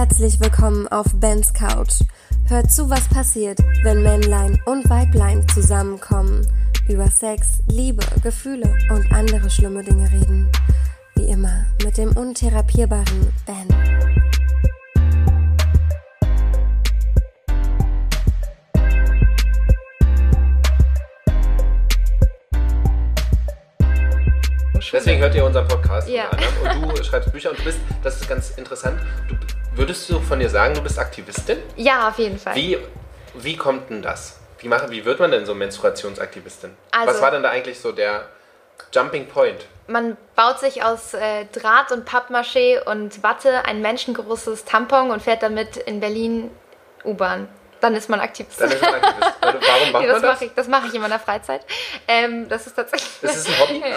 Herzlich willkommen auf Bens Couch. Hört zu, was passiert, wenn Männlein und Weiblein zusammenkommen, über Sex, Liebe, Gefühle und andere schlimme Dinge reden. Wie immer mit dem untherapierbaren Ben. Deswegen hört ihr unseren Podcast ja. unter anderem. Und du schreibst Bücher und du bist, das ist ganz interessant, würdest du von dir sagen, du bist Aktivistin? Ja, auf jeden Fall. Wie kommt denn das? Wie wird man denn so Menstruationsaktivistin? Also, was war denn da eigentlich so der Jumping Point? Man baut sich aus Draht und Pappmaché und Watte ein menschengroßes Tampon und fährt damit in Berlin U-Bahn. Dann ist man Aktivist. Warum macht man das? Das mache ich in meiner Freizeit. Das ist tatsächlich... Ist es ein Hobby?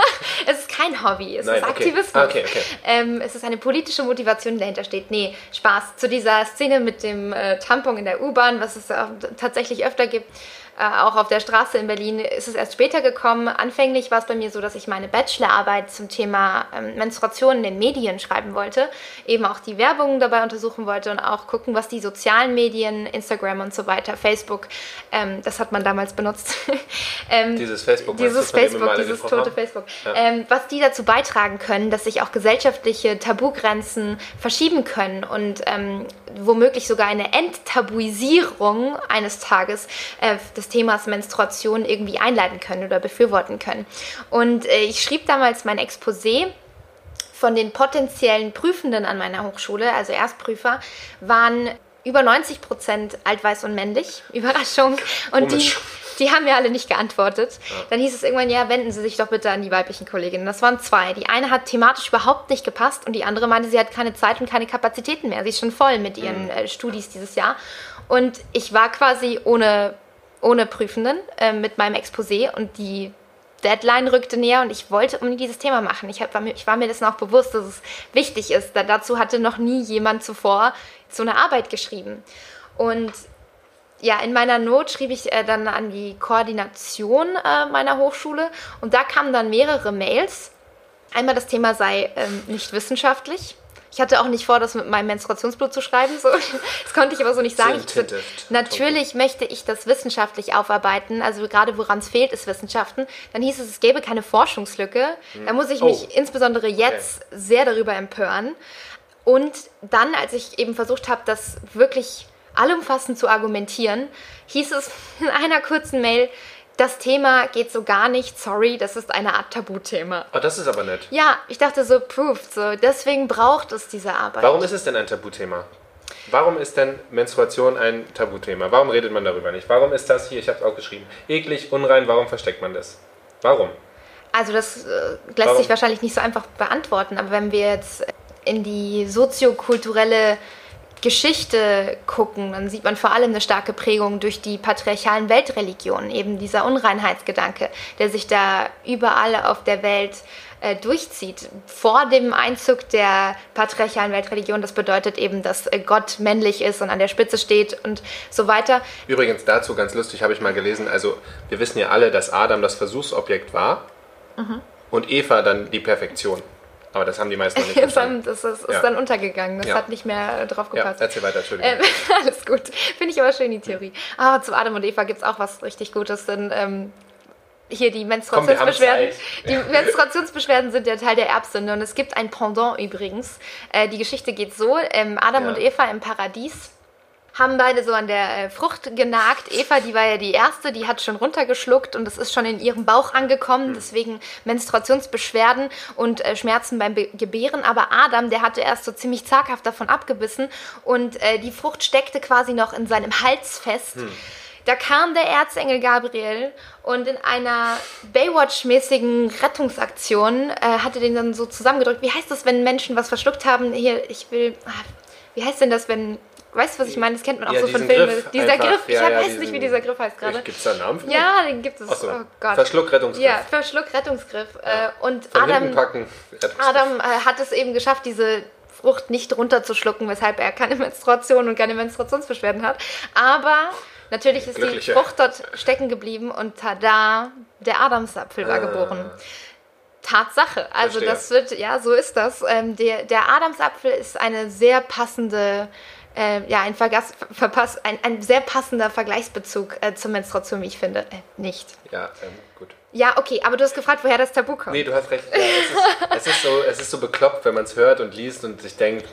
Es ist kein Hobby, es ist Aktivismus. Okay. Es ist eine politische Motivation, die dahinter steht. Nee, Spaß. Zu dieser Szene mit dem Tampon in der U-Bahn, was es tatsächlich öfter gibt, auch auf der Straße in Berlin, ist es erst später gekommen. Anfänglich war es bei mir so, dass ich meine Bachelorarbeit zum Thema Menstruation in den Medien schreiben wollte, eben auch die Werbung dabei untersuchen wollte und auch gucken, was die sozialen Medien, Instagram und so weiter, Facebook, das hat man damals benutzt. Dieses Facebook, dieses tote Facebook. Ja. Was die dazu beitragen können, dass sich auch gesellschaftliche Tabugrenzen verschieben können und womöglich sogar eine Enttabuisierung eines Tages des Themas Menstruation irgendwie einleiten können oder befürworten können. Und ich schrieb damals mein Exposé. Von den potenziellen Prüfenden an meiner Hochschule, also Erstprüfer, waren über 90% altweiß und männlich. Überraschung. Und die haben mir alle nicht geantwortet. Ja. Dann hieß es irgendwann, ja, wenden Sie sich doch bitte an die weiblichen Kolleginnen. Das waren 2. Die eine hat thematisch überhaupt nicht gepasst und die andere meinte, sie hat keine Zeit und keine Kapazitäten mehr. Sie ist schon voll mit ihren Studis dieses Jahr. Und ich war quasi ohne Prüfenden mit meinem Exposé und die Deadline rückte näher und ich wollte unbedingt dieses Thema machen. Ich war mir dessen auch bewusst, dass es wichtig ist. Dazu hatte noch nie jemand zuvor so eine Arbeit geschrieben. Und ja, in meiner Not schrieb ich dann an die Koordination meiner Hochschule und da kamen dann mehrere Mails. Einmal, das Thema sei nicht wissenschaftlich. Ich hatte auch nicht vor, das mit meinem Menstruationsblut zu schreiben. So. Das konnte ich aber so nicht sagen. Natürlich möchte ich das wissenschaftlich aufarbeiten. Also gerade woran es fehlt, ist Wissenschaften. Dann hieß es gäbe keine Forschungslücke. Da muss ich mich insbesondere jetzt sehr darüber empören. Und dann, als ich eben versucht habe, das wirklich allumfassend zu argumentieren, hieß es in einer kurzen Mail, das Thema geht so gar nicht, sorry, das ist eine Art Tabuthema. Oh, das ist aber nett. Ja, ich dachte so, proved, so, deswegen braucht es diese Arbeit. Warum ist es denn ein Tabuthema? Warum ist denn Menstruation ein Tabuthema? Warum redet man darüber nicht? Warum ist das hier, ich habe es auch geschrieben, eklig, unrein, warum versteckt man das? Warum? Also das lässt sich wahrscheinlich nicht so einfach beantworten, aber wenn wir jetzt in die soziokulturelle Geschichte gucken, dann sieht man vor allem eine starke Prägung durch die patriarchalen Weltreligionen, eben dieser Unreinheitsgedanke, der sich da überall auf der Welt durchzieht. Vor dem Einzug der patriarchalen Weltreligion, das bedeutet eben, dass Gott männlich ist und an der Spitze steht und so weiter. Übrigens dazu, ganz lustig, habe ich mal gelesen, also wir wissen ja alle, dass Adam das Versuchsobjekt war und Eva dann die Perfektion. Aber das haben die meisten noch nicht verstanden. Das ist dann untergegangen. Das hat nicht mehr drauf gepasst. Ja, erzähl weiter, Entschuldigung. Alles gut. Finde ich aber schön, die Theorie. Aber zu Adam und Eva gibt es auch was richtig Gutes, denn hier die Menstruationsbeschwerden. Die Menstruationsbeschwerden sind ja Teil der Erbsünde und es gibt ein Pendant übrigens. Die Geschichte geht so, Adam und Eva im Paradies haben beide so an der Frucht genagt. Eva, die war ja die Erste, die hat schon runtergeschluckt und es ist schon in ihrem Bauch angekommen, deswegen Menstruationsbeschwerden und Schmerzen beim Gebären. Aber Adam, der hatte erst so ziemlich zaghaft davon abgebissen und die Frucht steckte quasi noch in seinem Hals fest. Da kam der Erzengel Gabriel und in einer Baywatch-mäßigen Rettungsaktion hat er den dann so zusammengedrückt. Wie heißt das, wenn Menschen was verschluckt haben? Hier, wie heißt denn das, wenn... Weißt du, was ich meine? Das kennt man auch so von Filmen. Dieser Griff, ich weiß nicht, wie dieser Griff heißt gerade. Gibt es da einen Namen für? Ja, den gibt es. Ach so. Oh Gott. Verschluckrettungsgriff. Ja, Verschluckrettungsgriff. Und von Adam hat es eben geschafft, diese Frucht nicht runterzuschlucken, weshalb er keine Menstruation und keine Menstruationsbeschwerden hat. Aber natürlich ist die Frucht dort stecken geblieben und tada, der Adamsapfel war geboren. Tatsache. Also Verstehe. so ist das. Der Adamsapfel ist eine sehr passende, ein sehr passender Vergleichsbezug zur Menstruation, wie ich finde. Nicht. Ja, gut. Ja, okay, aber du hast gefragt, woher das Tabu kommt. Nee, du hast recht. Ja, es ist so bekloppt, wenn man es hört und liest und sich denkt,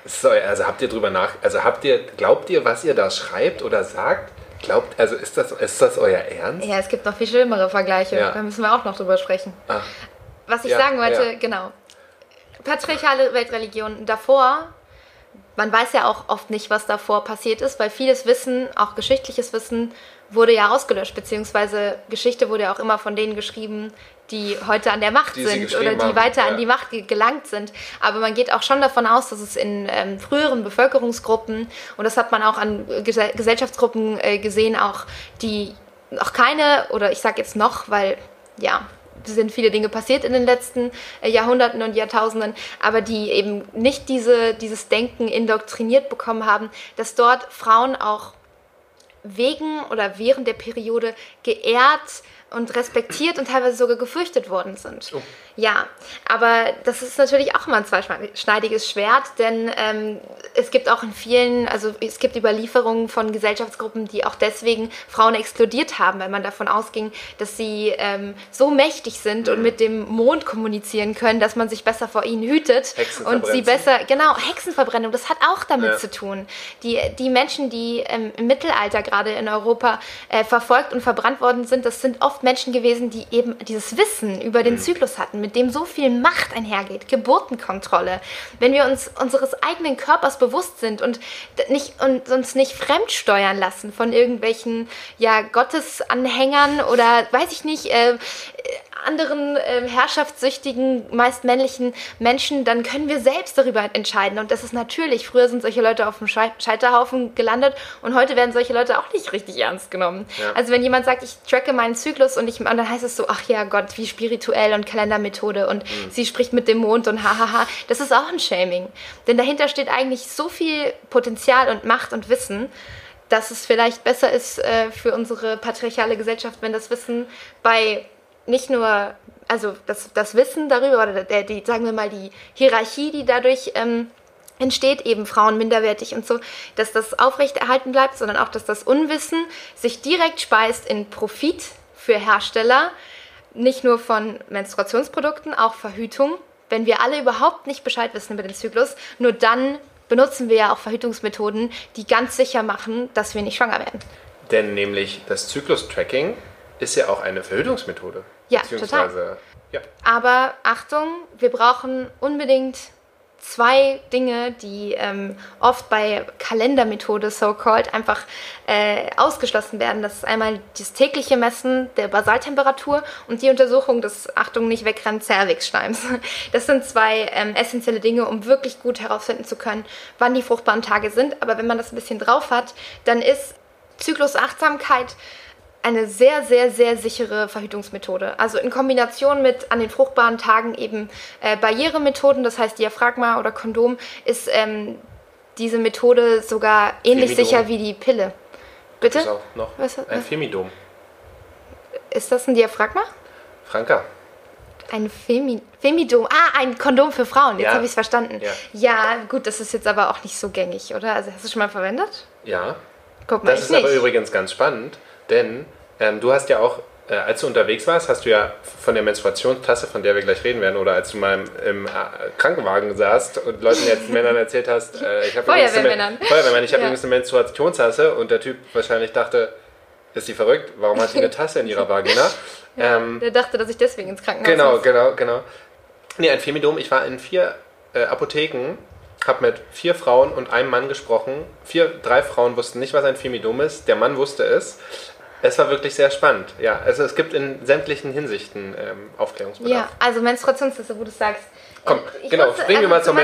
glaubt ihr, was ihr da schreibt oder sagt? Ist das euer Ernst? Ja, es gibt noch viel schlimmere Vergleiche. Ja. Da müssen wir auch noch drüber sprechen. Ach. Was ich sagen wollte, genau. Patriarchale Weltreligionen davor, man weiß ja auch oft nicht, was davor passiert ist, weil vieles Wissen, auch geschichtliches Wissen, wurde ja ausgelöscht, beziehungsweise Geschichte wurde ja auch immer von denen geschrieben, die heute an der Macht sind oder die weiter an die Macht gelangt sind. Aber man geht auch schon davon aus, dass es in früheren Bevölkerungsgruppen, und das hat man auch an Gesellschaftsgruppen gesehen, auch die noch keine, oder ich sage jetzt noch, weil ja, es sind viele Dinge passiert in den letzten Jahrhunderten und Jahrtausenden, aber die eben nicht dieses Denken indoktriniert bekommen haben, dass dort Frauen auch wegen oder während der Periode geehrt und respektiert und teilweise sogar gefürchtet worden sind. Oh. Ja, aber das ist natürlich auch immer ein zweischneidiges Schwert, denn es gibt auch es gibt Überlieferungen von Gesellschaftsgruppen, die auch deswegen Frauen exkludiert haben, weil man davon ausging, dass sie so mächtig sind und mit dem Mond kommunizieren können, dass man sich besser vor ihnen hütet und sie besser, genau, Hexenverbrennung, das hat auch damit zu tun. Die Menschen, die im Mittelalter gerade in Europa verfolgt und verbrannt worden sind, das sind oft Menschen gewesen, die eben dieses Wissen über den Zyklus hatten, mit dem so viel Macht einhergeht, Geburtenkontrolle. Wenn wir uns unseres eigenen Körpers bewusst sind und uns nicht fremdsteuern lassen von irgendwelchen Gottesanhängern oder weiß ich nicht, anderen herrschaftssüchtigen, meist männlichen Menschen, dann können wir selbst darüber entscheiden. Und das ist natürlich, früher sind solche Leute auf dem Scheiterhaufen gelandet und heute werden solche Leute auch nicht richtig ernst genommen. Ja. Also wenn jemand sagt, ich tracke meinen Zyklus und dann heißt es so, ach ja Gott, wie spirituell und Kalendermethode und sie spricht mit dem Mond und hahaha, das ist auch ein Shaming. Denn dahinter steht eigentlich so viel Potenzial und Macht und Wissen, dass es vielleicht besser ist für unsere patriarchale Gesellschaft, wenn das Wissen bei nicht nur, also das Wissen darüber oder sagen wir mal die Hierarchie, die dadurch entsteht, eben Frauen minderwertig und so, dass das aufrechterhalten bleibt, sondern auch, dass das Unwissen sich direkt speist in Profit für Hersteller, nicht nur von Menstruationsprodukten, auch Verhütung. Wenn wir alle überhaupt nicht Bescheid wissen über den Zyklus, nur dann benutzen wir ja auch Verhütungsmethoden, die ganz sicher machen, dass wir nicht schwanger werden. Denn nämlich das Zyklus-Tracking ist ja auch eine Verhütungsmethode. Ja, total. Ja. Aber Achtung, wir brauchen unbedingt 2 Dinge, die oft bei Kalendermethode, so-called, einfach ausgeschlossen werden. Das ist einmal das tägliche Messen der Basaltemperatur und die Untersuchung des, Achtung, nicht wegrennen, Zervixschleims. Das sind 2 essentielle Dinge, um wirklich gut herausfinden zu können, wann die fruchtbaren Tage sind. Aber wenn man das ein bisschen drauf hat, dann ist Zyklusachtsamkeit eine sehr, sehr, sehr sichere Verhütungsmethode. Also in Kombination mit an den fruchtbaren Tagen eben Barrieremethoden, das heißt Diaphragma oder Kondom, ist diese Methode sogar ähnlich Femidom. Sicher wie die Pille. Bitte? Das ist auch noch ein Femidom. Ist das ein Diaphragma? Franka. Ein Femidom. Ein Kondom für Frauen. Jetzt habe ich es verstanden. Ja, gut, das ist jetzt aber auch nicht so gängig, oder? Also hast du schon mal verwendet? Ja. Guck mal, das ist nicht. Aber übrigens ganz spannend, denn du hast ja auch, als du unterwegs warst, hast du ja von der Menstruationstasse, von der wir gleich reden werden, oder als du mal im Krankenwagen saßt und Männern erzählt hast, ich habe übrigens eine Menstruationstasse, und der Typ wahrscheinlich dachte, ist die verrückt? Warum hat die eine Tasse in ihrer Vagina? Der dachte, dass ich deswegen ins Krankenhaus muss. Genau. Nee, ein Femidom. Ich war in 4 Apotheken, habe mit 4 Frauen und einem Mann gesprochen. 3 Frauen wussten nicht, was ein Femidom ist. Der Mann wusste es. Es war wirklich sehr spannend. Ja, also es gibt in sämtlichen Hinsichten Aufklärungsbedarf. Ja, also Menstruationstasse, wo du sagst. Komm, springen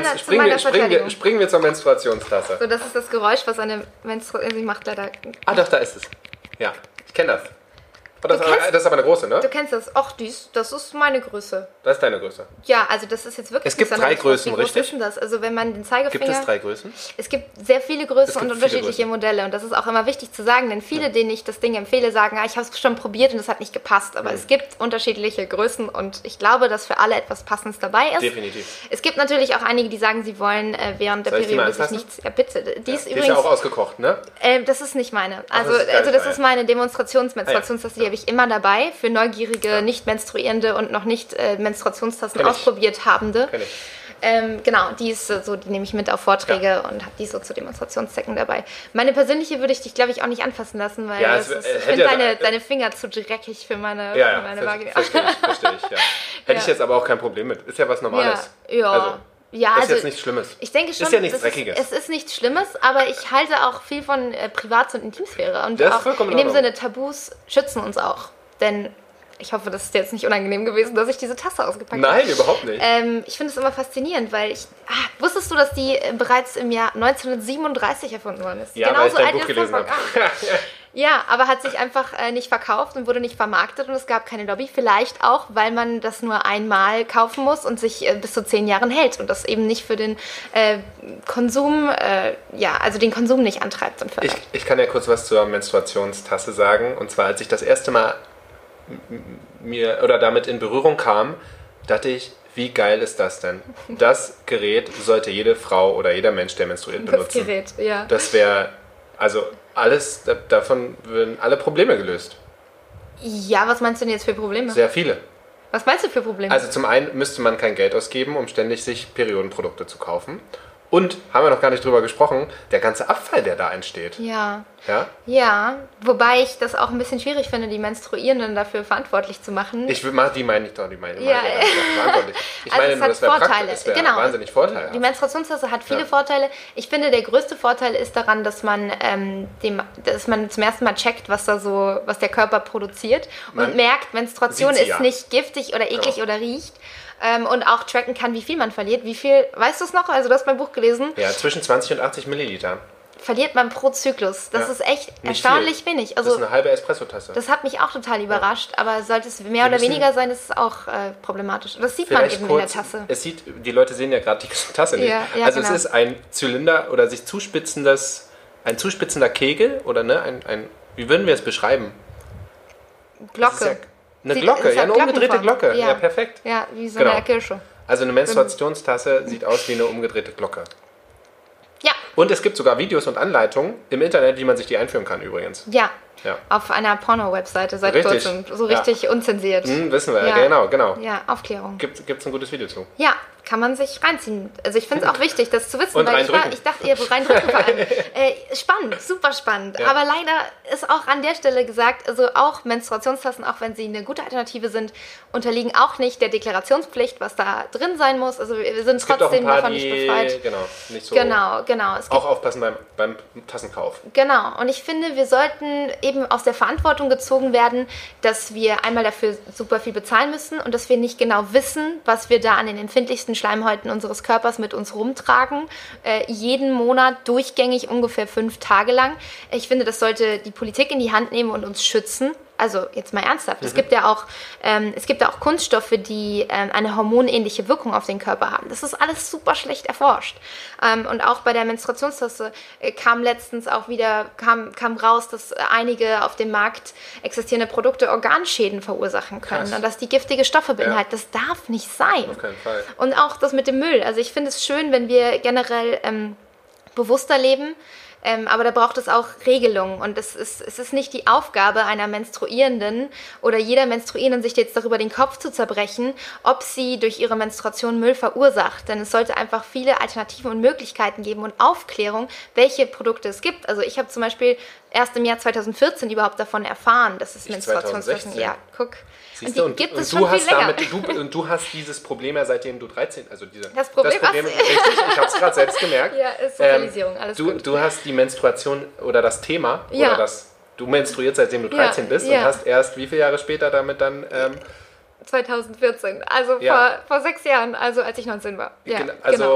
wir zur Menstruationstasse. So, das ist das Geräusch, was eine Menstruation macht leider. Doch, da ist es. Ja, ich kenne das. Oh, das ist aber eine große, ne? Du kennst das. Ach, das ist meine Größe. Das ist deine Größe. Ja, also das ist jetzt wirklich... Es gibt 3 Größen, richtig? Das? Also wenn man den Zeigefinger... Gibt es 3 Größen? Es gibt sehr viele Größen und unterschiedliche Modelle. Und das ist auch immer wichtig zu sagen, denn viele, denen ich das Ding empfehle, sagen, ich habe es schon probiert und es hat nicht gepasst. Aber es gibt unterschiedliche Größen und ich glaube, dass für alle etwas Passendes dabei ist. Definitiv. Es gibt natürlich auch einige, die sagen, sie wollen während der Periode sich nichts... bitte. Die ist übrigens... Die ist ja auch ausgekocht, ne? Das ist nicht meine. Also das ist meine Demonstrationsmenstruationstasse, die habe ich immer dabei. Für neugierige, nicht menstruierende und noch nicht Menstruationstassen ausprobiert habende. Genau, die nehme ich mit auf Vorträge und habe die so zu Demonstrationszwecken dabei. Meine persönliche würde ich dich, glaube ich, auch nicht anfassen lassen, weil ich finde deine Finger zu dreckig für meine Vagina. Verstehe ich, ja. Hätte ich jetzt aber auch kein Problem mit. Ist ja was Normales. Ist jetzt nichts Schlimmes. Ich denke schon, ist ja nichts Dreckiges. Es ist nichts Schlimmes, aber ich halte auch viel von Privats- und Intimsphäre. Und das auch in dem Sinne, Tabus schützen uns auch. Denn ich hoffe, das ist jetzt nicht unangenehm gewesen, dass ich diese Tasse ausgepackt habe. Nein, überhaupt nicht. Ich finde es immer faszinierend, weil wusstest du, dass die bereits im Jahr 1937 erfunden worden ist? Ja, weil ich dein Buch gelesen habe. Ja, aber hat sich einfach nicht verkauft und wurde nicht vermarktet und es gab keine Lobby. Vielleicht auch, weil man das nur einmal kaufen muss und sich bis zu 10 Jahren hält und das eben nicht für den Konsum, also den Konsum nicht antreibt und fördert. Ich kann ja kurz was zur Menstruationstasse sagen. Und zwar, als ich das erste Mal damit in Berührung kam, dachte ich, wie geil ist das denn? Das Gerät sollte jede Frau oder jeder Mensch, der menstruiert, benutzen. Das Gerät, ja. Das wäre, also alles, davon würden alle Probleme gelöst. Ja, was meinst du denn jetzt für Probleme? Sehr viele. Was meinst du für Probleme? Also zum einen müsste man kein Geld ausgeben, um ständig sich Periodenprodukte zu kaufen. Und, haben wir noch gar nicht drüber gesprochen, der ganze Abfall, der da entsteht. Ja. Ja? Ja, wobei ich das auch ein bisschen schwierig finde, die Menstruierenden dafür verantwortlich zu machen. Die meine ich doch, verantwortlich. Ich also meine es nur, hat das wäre Vorteile. Genau. Wahnsinnig Vorteile. Die Menstruationstasse hat viele Vorteile. Ich finde, der größte Vorteil ist daran, dass man zum ersten Mal checkt, was der Körper produziert und merkt, Menstruation ist nicht giftig oder eklig oder riecht. Und auch tracken kann, wie viel man verliert. Wie viel, weißt du es noch? Also du hast mein Buch gelesen. Ja, zwischen 20 und 80 Milliliter. Verliert man pro Zyklus. Das ist echt erstaunlich wenig. Also, das ist eine halbe Espressotasse. Das hat mich auch total überrascht. Aber sollte es mehr oder weniger sein, ist es auch problematisch. Das sieht man eben in der Tasse. Die Leute sehen ja gerade die Tasse nicht. Ja, also genau. Es ist ein Zylinder oder sich zuspitzender Kegel oder wie würden wir es beschreiben? Glocke. Eine Glocke, eine umgedrehte Glocke. Ja, perfekt. Ja, wie so eine Kirsche. Also eine Menstruationstasse sieht aus wie eine umgedrehte Glocke. Ja. Und es gibt sogar Videos und Anleitungen im Internet, wie man sich die einführen kann übrigens. Ja. Auf einer Porno-Webseite seit kurzem. So richtig unzensiert. Wissen wir, genau. Ja, Aufklärung. Gibt's ein gutes Video zu. Ja, kann man sich reinziehen. Also ich finde es auch wichtig, das zu wissen, und weil ich dachte, ihr reindrücken vor allem. Spannend, super spannend. Ja. Aber leider ist auch an der Stelle gesagt, also auch Menstruationstassen, auch wenn sie eine gute Alternative sind, unterliegen auch nicht der Deklarationspflicht, was da drin sein muss. Also wir sind trotzdem davon nicht befreit. Nicht so. Genau. Auch aufpassen beim Tassenkauf. Genau. Und ich finde, wir sollten eben aus der Verantwortung gezogen werden, dass wir einmal dafür super viel bezahlen müssen und dass wir nicht genau wissen, was wir da an den empfindlichsten Schleimhäuten unseres Körpers mit uns rumtragen. Jeden Monat durchgängig ungefähr 5 Tage lang. Ich finde, das sollte die Politik in die Hand nehmen und uns schützen. Also jetzt mal ernsthaft. Es gibt ja auch Kunststoffe, die eine hormonähnliche Wirkung auf den Körper haben. Das ist alles super schlecht erforscht. Und auch bei der Menstruationstasse kam letztens auch wieder kam raus, dass einige auf dem Markt existierende Produkte Organschäden verursachen können. Krass. Und dass die giftige Stoffe beinhalten. Das darf nicht sein. Auf keinen Fall. Und auch das mit dem Müll. Also ich finde es schön, wenn wir generell bewusster leben. Aber da braucht es auch Regelungen und es ist nicht die Aufgabe einer Menstruierenden oder jeder Menstruierenden, sich jetzt darüber den Kopf zu zerbrechen, ob sie durch ihre Menstruation Müll verursacht. Denn es sollte einfach viele Alternativen und Möglichkeiten geben und Aufklärung, welche Produkte es gibt. Also ich habe zum Beispiel erst im Jahr 2014 überhaupt davon erfahren, dass es Menstruationstassen gibt. Ja, guck. Und gibt es schon viel länger. Und du hast dieses Problem ja seitdem du 13, also das Problem richtig, ich habe es gerade selbst gemerkt. Ja, ist Sozialisierung, alles gut. Du hast die Menstruation oder das Thema, oder du menstruierst seitdem du 13 bist und hast erst wie viele Jahre später damit dann... 2014, also vor 6 Jahren, also als ich 19 war. Ja, also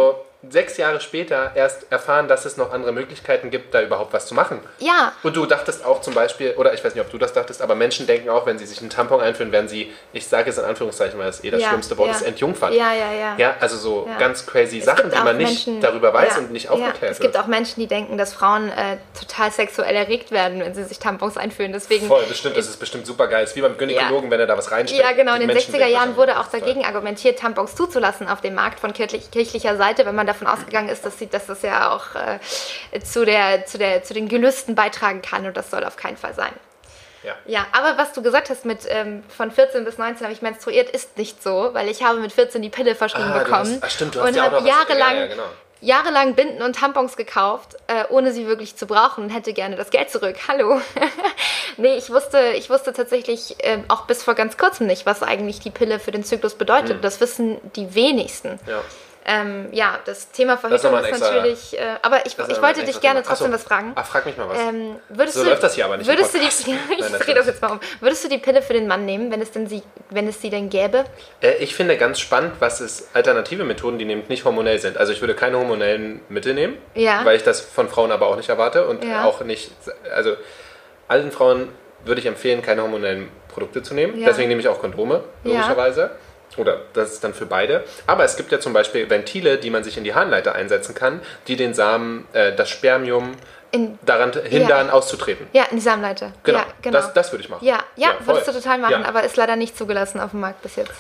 6 Jahre später erst erfahren, dass es noch andere Möglichkeiten gibt, da überhaupt was zu machen. Ja. Und du dachtest auch zum Beispiel, oder ich weiß nicht, ob du das dachtest, aber Menschen denken auch, wenn sie sich einen Tampon einführen, werden sie, ich sage es in Anführungszeichen, weil das das schlimmste Wort ist, entjungfert. Ja. Ja, also so ganz crazy Sachen, die man nicht darüber weiß und nicht aufgeklärt wird. Es gibt auch Menschen, die denken, dass Frauen total sexuell erregt werden, wenn sie sich Tampons einführen. Deswegen voll, das stimmt, das ist bestimmt super geil. Es ist wie beim Gynäkologen, wenn er da was reinsteckt. Ja, genau. In den 60er Jahren wurde auch dagegen argumentiert, Tampons zuzulassen auf dem Markt von kirchlicher Seite, wenn man davon ausgegangen ist, dass das ja auch zu den Gelüsten beitragen kann, und das soll auf keinen Fall sein. Ja, aber was du gesagt hast mit von 14 bis 19 habe ich menstruiert, ist nicht so, weil ich habe mit 14 die Pille verschrieben bekommen stimmt, du und hast ja auch habe noch jahrelang Binden und Tampons gekauft, ohne sie wirklich zu brauchen, und hätte gerne das Geld zurück. Hallo. Nee, ich wusste tatsächlich auch bis vor ganz kurzem nicht, was eigentlich die Pille für den Zyklus bedeutet. Das wissen die wenigsten. Das Thema Verhütung ist natürlich... aber ich wollte dich gerne trotzdem was fragen. Frag mich mal was. So läuft das hier aber nicht. Ich drehe das jetzt mal um. Würdest du die Pille für den Mann nehmen, wenn es sie denn gäbe? Ich finde ganz spannend, was es alternative Methoden, die nämlich nicht hormonell sind. Also ich würde keine hormonellen Mittel nehmen, weil ich das von Frauen aber auch nicht erwarte und auch nicht... Also allen Frauen würde ich empfehlen, keine hormonellen Produkte zu nehmen. Deswegen nehme ich auch Kondome, logischerweise. Oder das ist dann für beide. Aber es gibt ja zum Beispiel Ventile, die man sich in die Harnleiter einsetzen kann, die den Samen, das Spermium daran hindern, auszutreten. Ja, in die Samenleiter. Genau, ja, genau. Das würde ich machen. Ja, würdest du total machen, aber ist leider nicht zugelassen auf dem Markt bis jetzt.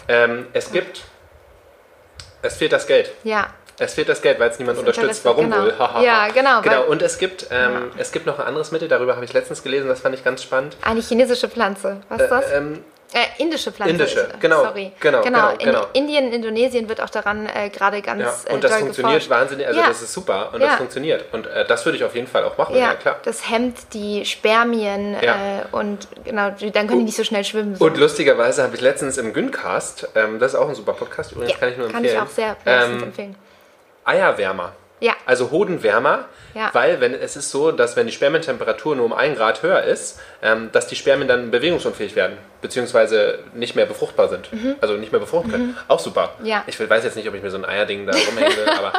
Es fehlt das Geld. Ja. Es fehlt das Geld, weil es niemand unterstützt. Warum wohl? Ja, genau. Und es gibt noch ein anderes Mittel, darüber habe ich letztens gelesen, das fand ich ganz spannend. Eine chinesische Pflanze. Was ist das? Indische Pflanze. Genau. In Indien, Indonesien wird auch daran gerade ganz und das funktioniert wahnsinnig, also das ist super und das funktioniert. Und das würde ich auf jeden Fall auch machen, ja klar. Das hemmt die Spermien und genau, dann können die nicht so schnell schwimmen. So. Und lustigerweise habe ich letztens im Gyncast, das ist auch ein super Podcast, übrigens kann ich nur empfehlen. Kann ich auch sehr empfehlen. Eierwärmer. Ja. Also Hodenwärmer, weil es ist so, dass wenn die Spermientemperatur nur um 1 Grad höher ist, dass die Spermien dann bewegungsunfähig werden, beziehungsweise nicht mehr befruchtbar sind. Also nicht mehr befruchten können. Auch super. Ja. Ich weiß jetzt nicht, ob ich mir so ein Eierding da rumhängen will, aber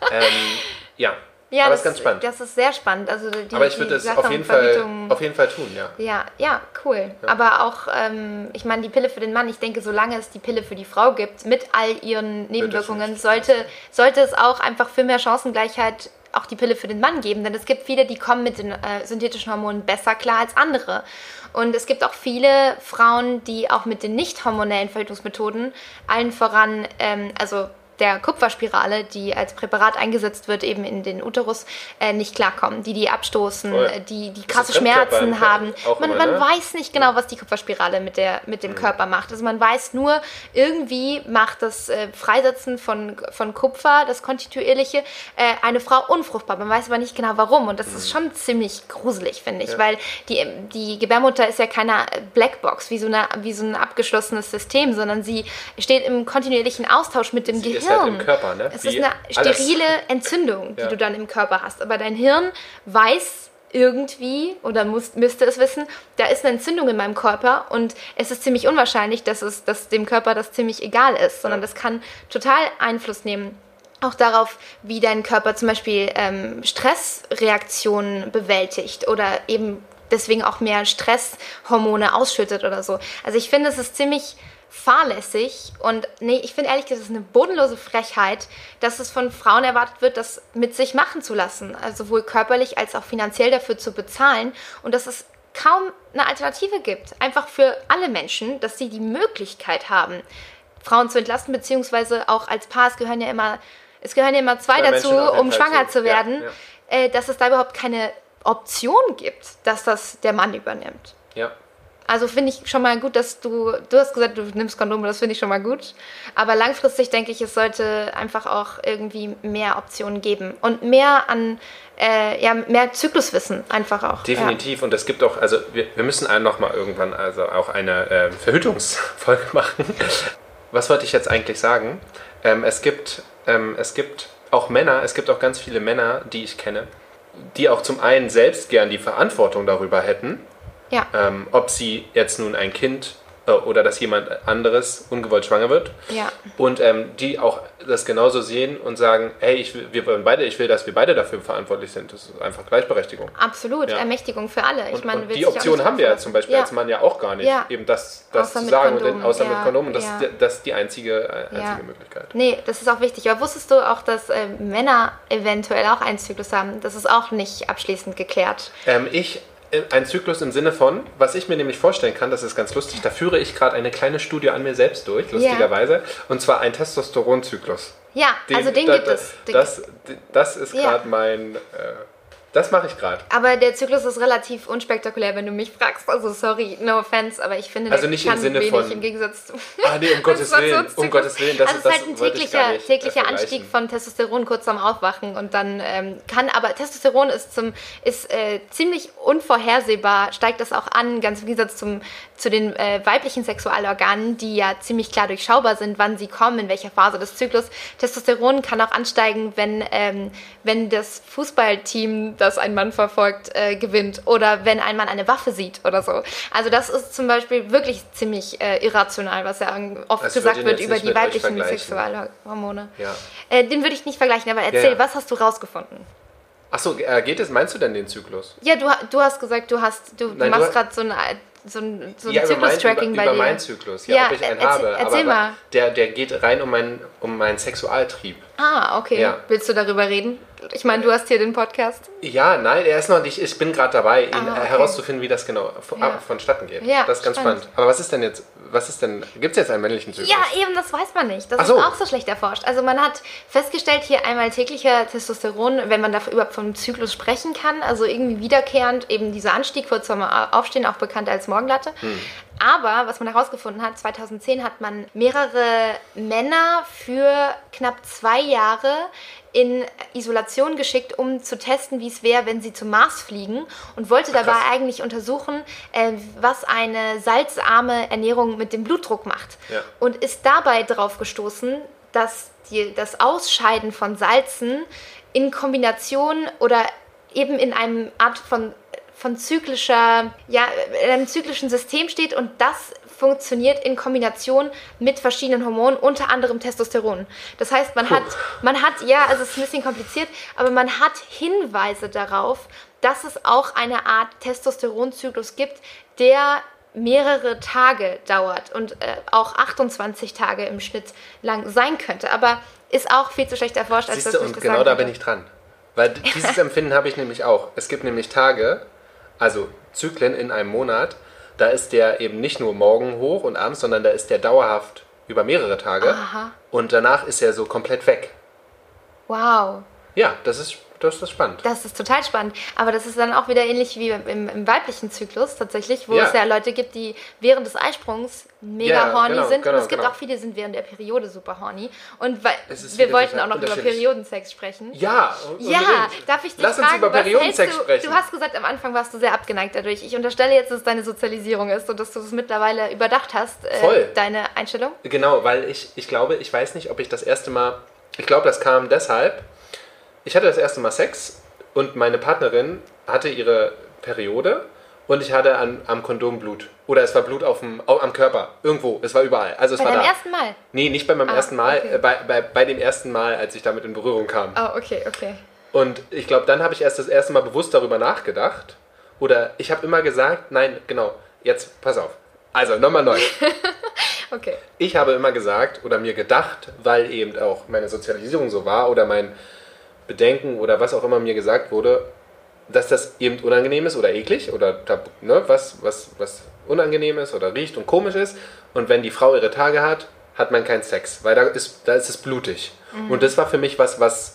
Ja, aber das ist ganz spannend. Das ist sehr spannend. Also aber ich würde es auf jeden Fall tun, ja. Ja, cool. Ja. Aber auch, ich meine, die Pille für den Mann, ich denke, solange es die Pille für die Frau gibt, mit all ihren Nebenwirkungen, sollte es auch einfach für mehr Chancengleichheit auch die Pille für den Mann geben. Denn es gibt viele, die kommen mit den synthetischen Hormonen besser klar als andere. Und es gibt auch viele Frauen, die auch mit den nicht hormonellen Verhütungsmethoden, allen voran, der Kupferspirale, die als Präparat eingesetzt wird, eben in den Uterus, nicht klarkommen, die abstoßen, die krasse Schmerzen haben. Man weiß nicht genau, was die Kupferspirale mit dem Körper macht. Also man weiß nur, irgendwie macht das Freisetzen von Kupfer, das kontinuierliche, eine Frau unfruchtbar. Man weiß aber nicht genau, warum. Und das ist schon ziemlich gruselig, finde ich, weil die Gebärmutter ist ja keine Blackbox, wie so ein abgeschlossenes System, sondern sie steht im kontinuierlichen Austausch mit dem Gehirn. Halt im Körper, ne? Es ist eine sterile Entzündung, die du dann im Körper hast. Aber dein Hirn weiß irgendwie, oder müsste es wissen, da ist eine Entzündung in meinem Körper und es ist ziemlich unwahrscheinlich, dass dem Körper das ziemlich egal ist, sondern das kann total Einfluss nehmen. Auch darauf, wie dein Körper zum Beispiel Stressreaktionen bewältigt oder eben deswegen auch mehr Stresshormone ausschüttet oder so. Also ich finde, es ist ziemlich fahrlässig und ich finde ehrlich gesagt, es ist eine bodenlose Frechheit, dass es von Frauen erwartet wird, das mit sich machen zu lassen, also sowohl körperlich als auch finanziell dafür zu bezahlen und dass es kaum eine Alternative gibt, einfach für alle Menschen, dass sie die Möglichkeit haben, Frauen zu entlasten, beziehungsweise auch als Paar, es gehören ja immer zwei dazu, um schwanger zu werden, dass es da überhaupt keine Option gibt, dass das der Mann übernimmt. Ja. Also finde ich schon mal gut, dass du hast gesagt, du nimmst Kondome, das finde ich schon mal gut. Aber langfristig denke ich, es sollte einfach auch irgendwie mehr Optionen geben und mehr mehr Zykluswissen einfach auch. Definitiv. Ja. Und es gibt auch, also wir müssen noch mal irgendwann also auch eine Verhütungsfolge machen. Was wollte ich jetzt eigentlich sagen? Es gibt auch Männer, es gibt auch ganz viele Männer, die ich kenne, die auch zum einen selbst gern die Verantwortung darüber hätten, ob sie jetzt nun ein Kind oder dass jemand anderes ungewollt schwanger wird. Ja. Und die auch das genauso sehen und sagen, hey, ich will, dass wir beide dafür verantwortlich sind. Das ist einfach Gleichberechtigung. Absolut, Ja. Ermächtigung für alle. Und die Option haben wir ja zum Beispiel als Mann ja auch gar nicht, eben das zu sagen, außer mit Kondom. Und das ist die einzige Möglichkeit. Nee, das ist auch wichtig. Aber wusstest du auch, dass Männer eventuell auch einen Zyklus haben? Das ist auch nicht abschließend geklärt. Ein Zyklus im Sinne von, was ich mir nämlich vorstellen kann, das ist ganz lustig, da führe ich gerade eine kleine Studie an mir selbst durch, lustigerweise, und zwar ein Testosteronzyklus. Ja, den gibt es. Das ist gerade mein... Das mache ich gerade. Aber der Zyklus ist relativ unspektakulär, wenn du mich fragst. Also sorry, no offense, aber ich finde, also nicht kann im Sinne wenig von, im Gegensatz zu... nee, um Gottes Willen. Das ist halt ein täglicher Anstieg von Testosteron kurz am Aufwachen und dann aber Testosteron ist ziemlich unvorhersehbar, steigt das auch an, ganz im Gegensatz zu den weiblichen Sexualorganen, die ja ziemlich klar durchschaubar sind, wann sie kommen, in welcher Phase des Zyklus. Testosteron kann auch ansteigen, wenn das Fußballteam, das ein Mann verfolgt, gewinnt oder wenn ein Mann eine Waffe sieht oder so. Also das ist zum Beispiel wirklich ziemlich irrational, was ja oft gesagt wird über die weiblichen Sexualhormone. Ja. Den würde ich nicht vergleichen, aber erzähl, was hast du rausgefunden? Achso, meinst du denn den Zyklus? Ja, du hast gesagt, du machst gerade so ein Zyklus-Tracking bei dir. Über meinen Zyklus, ob ich einen habe. Erzähl mal. Der geht rein um meinen Sexualtrieb. Ah, okay. Ja. Willst du darüber reden? Ich meine, du hast hier den Podcast. Ja, nein, er ist noch nicht. Ich bin gerade dabei, herauszufinden, wie das genau vonstatten geht. Ja, das ist ganz spannend. Aber was ist denn jetzt? Gibt es jetzt einen männlichen Zyklus? Ja, eben, das weiß man nicht. Das ist auch so schlecht erforscht. Also man hat festgestellt, hier einmal täglicher Testosteron, wenn man dafür überhaupt vom Zyklus sprechen kann, also irgendwie wiederkehrend, eben dieser Anstieg kurz vorm Aufstehen, auch bekannt als Morgenlatte. Aber, was man herausgefunden hat, 2010 hat man mehrere Männer für knapp 2 Jahre in Isolation geschickt, um zu testen, wie es wäre, wenn sie zum Mars fliegen und wollte dabei eigentlich untersuchen, was eine salzarme Ernährung mit dem Blutdruck macht. Ja. Und ist dabei darauf gestoßen, dass das Ausscheiden von Salzen in Kombination oder eben in einem Art von zyklischer, in einem zyklischen System steht und das funktioniert in Kombination mit verschiedenen Hormonen, unter anderem Testosteron. Das heißt, man hat, also es ist ein bisschen kompliziert, aber man hat Hinweise darauf, dass es auch eine Art Testosteronzyklus gibt, der mehrere Tage dauert und auch 28 Tage im Schnitt lang sein könnte. Aber ist auch viel zu schlecht erforscht, als dass ich das sagen genau da bin ich dran. Weil dieses Empfinden habe ich nämlich auch. Es gibt nämlich Tage, also Zyklen in einem Monat, da ist der eben nicht nur morgen hoch und abends, sondern da ist der dauerhaft über mehrere Tage. Aha. Und danach ist er so komplett weg. Wow. Ja, das ist spannend. Das ist total spannend. Aber das ist dann auch wieder ähnlich wie im weiblichen Zyklus tatsächlich, wo es ja Leute gibt, die während des Eisprungs mega horny sind. Und es gibt auch viele, die sind während der Periode super horny. Und wir wollten auch noch über Periodensex sprechen. Ja, darf ich dich Lass uns über Periodensex sprechen. Du hast gesagt, am Anfang warst du sehr abgeneigt dadurch. Ich unterstelle jetzt, dass es deine Sozialisierung ist und dass du es mittlerweile überdacht hast, deine Einstellung. Genau, weil ich glaube, ich weiß nicht, ob ich das erste Mal, ich glaube, das kam deshalb, ich hatte das erste Mal Sex und meine Partnerin hatte ihre Periode und ich hatte am Kondom Blut. Oder es war Blut am Körper. Irgendwo. Es war überall. Also es bei war deinem da. Ersten Mal? Nee, nicht bei meinem ersten Mal. Okay. Bei dem ersten Mal, als ich damit in Berührung kam. Oh, okay. Und ich glaube, dann habe ich erst das erste Mal bewusst darüber nachgedacht. Oder ich habe immer gesagt, nein, genau, jetzt pass auf. Also, nochmal neu. Okay. Ich habe immer gesagt oder mir gedacht, weil eben auch meine Sozialisierung so war oder mein Bedenken oder was auch immer mir gesagt wurde, dass das eben unangenehm ist oder eklig oder was unangenehm ist oder riecht und komisch ist. Und wenn die Frau ihre Tage hat, hat man keinen Sex, weil da ist es blutig. Mhm. Und das war für mich da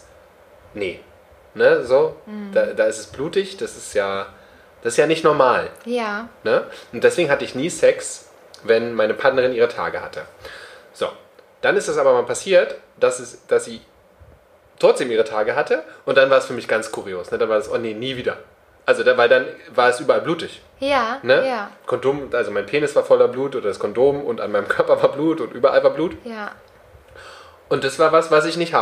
ist es blutig, das ist ja nicht normal. Ja. Ne? Und deswegen hatte ich nie Sex, wenn meine Partnerin ihre Tage hatte. So, dann ist es aber mal passiert, dass sie trotzdem ihre Tage hatte und dann war es für mich ganz kurios. Ne? Dann war es, nie wieder. Also weil dann war es überall blutig. Ja, ne? Ja. Kondom, also mein Penis war voller Blut oder das Kondom und an meinem Körper war Blut und überall war Blut. Ja. Und das war was ich nicht haben wollte. Ja. Weil, Blut ist halt, oder dann auch noch Blut aus der Vagina,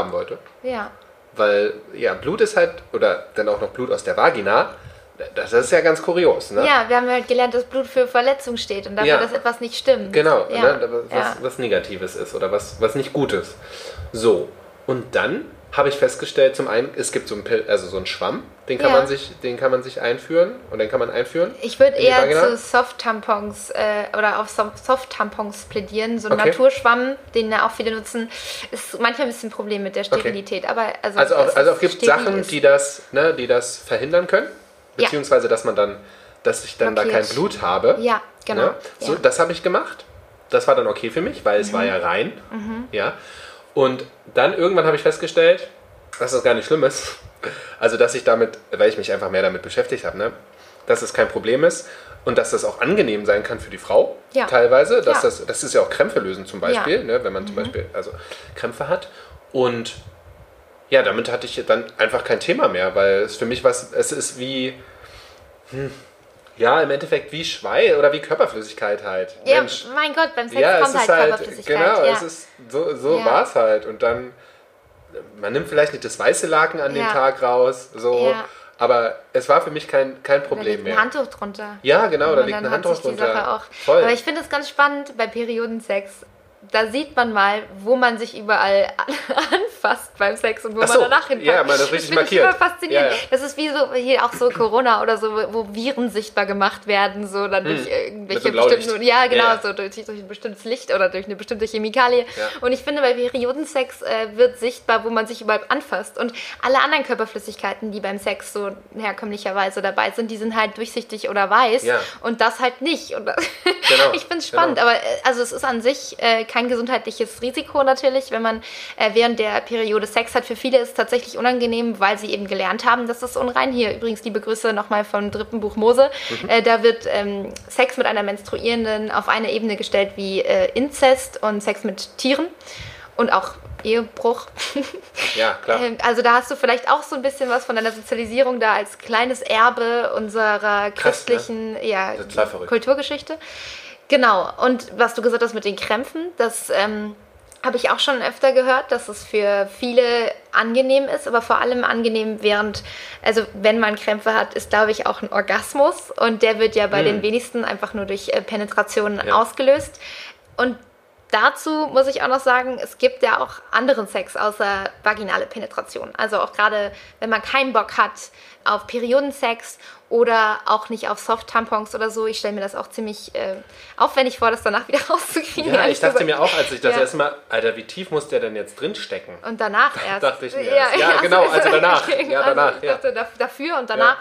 Das ist ja ganz kurios, ne? Ja, wir haben halt gelernt, dass Blut für Verletzung steht und dafür, dass etwas nicht stimmt. Genau, ja. ne? Was Negatives ist oder was nicht Gutes. So, und dann habe ich festgestellt, zum einen, es gibt so einen Schwamm, den kann man sich einführen und den kann man einführen. Ich würde eher zu Soft-Tampons oder auf Soft-Tampons plädieren. So ein Naturschwamm, den ja auch viele nutzen, ist manchmal ein bisschen ein Problem mit der Sterilität. Aber also es gibt Sachen, die das verhindern können, beziehungsweise dass ich dann da kein Blut habe. Ja, genau. Ne? So, das habe ich gemacht. Das war dann okay für mich, weil es war ja rein. Ja. Und dann irgendwann habe ich festgestellt, dass das gar nicht schlimm ist. Also, dass ich weil ich mich einfach mehr damit beschäftigt habe, ne? Dass es kein Problem ist und dass das auch angenehm sein kann für die Frau teilweise. Das ist ja auch Krämpfe lösen zum Beispiel, ne? Wenn man zum Beispiel Krämpfe hat. Und ja, damit hatte ich dann einfach kein Thema mehr, weil es für mich es ist wie... Ja, im Endeffekt wie Schweiß oder wie Körperflüssigkeit halt. Ja, Mensch. mein Gott, beim Sex kommt halt Körperflüssigkeit. Genau, es ist so war es halt. Und dann, man nimmt vielleicht nicht das weiße Laken an dem Tag raus, aber es war für mich kein Problem mehr. Da liegt ein Handtuch drunter. Ja, genau, da liegt ein Handtuch drunter. Sache auch. Voll. Aber ich finde es ganz spannend bei Periodensex. Da sieht man mal, wo man sich überall anfasst beim Sex und wo man danach hinpackt. Ja, man ist richtig markiert. Das finde ich immer faszinierend. Ja. Das ist wie so hier auch so Corona oder so, wo Viren sichtbar gemacht werden, so dann durch irgendwelche bestimmten, so durch ein bestimmtes Licht oder durch eine bestimmte Chemikalie. Ja. Und ich finde, bei Periodensex wird sichtbar, wo man sich überall anfasst. Und alle anderen Körperflüssigkeiten, die beim Sex so herkömmlicherweise dabei sind, die sind halt durchsichtig oder weiß. Ja. Und das halt nicht. Und ich finde es spannend, aber also es ist an sich kein gesundheitliches Risiko natürlich, wenn man während der Periode Sex hat. Für viele ist es tatsächlich unangenehm, weil sie eben gelernt haben, dass das unrein. Hier übrigens liebe Grüße nochmal vom 3. Buch Mose. Da wird Sex mit einer Menstruierenden auf eine Ebene gestellt wie Inzest und Sex mit Tieren und auch Ehebruch. Ja, klar. Also da hast du vielleicht auch so ein bisschen was von deiner Sozialisierung da als kleines Erbe unserer christlichen Kulturgeschichte. Genau, und was du gesagt hast mit den Krämpfen, das habe ich auch schon öfter gehört, dass es für viele angenehm ist, aber vor allem angenehm wenn man Krämpfe hat, ist, glaube ich, auch ein Orgasmus und der wird ja bei den wenigsten einfach nur durch Penetration ausgelöst. Und dazu muss ich auch noch sagen, es gibt ja auch anderen Sex außer vaginale Penetration. Also auch gerade, wenn man keinen Bock hat auf Periodensex oder auch nicht auf Soft-Tampons oder so. Ich stelle mir das auch ziemlich aufwendig vor, das danach wieder rauszukriegen. Ja, ich dachte mir auch, als ich das erste Mal, Alter, wie tief muss der denn jetzt drinstecken? Und danach erst. Dachte ich mir erst. Ja, genau, also danach. Ja, danach. Ich dachte dafür und danach,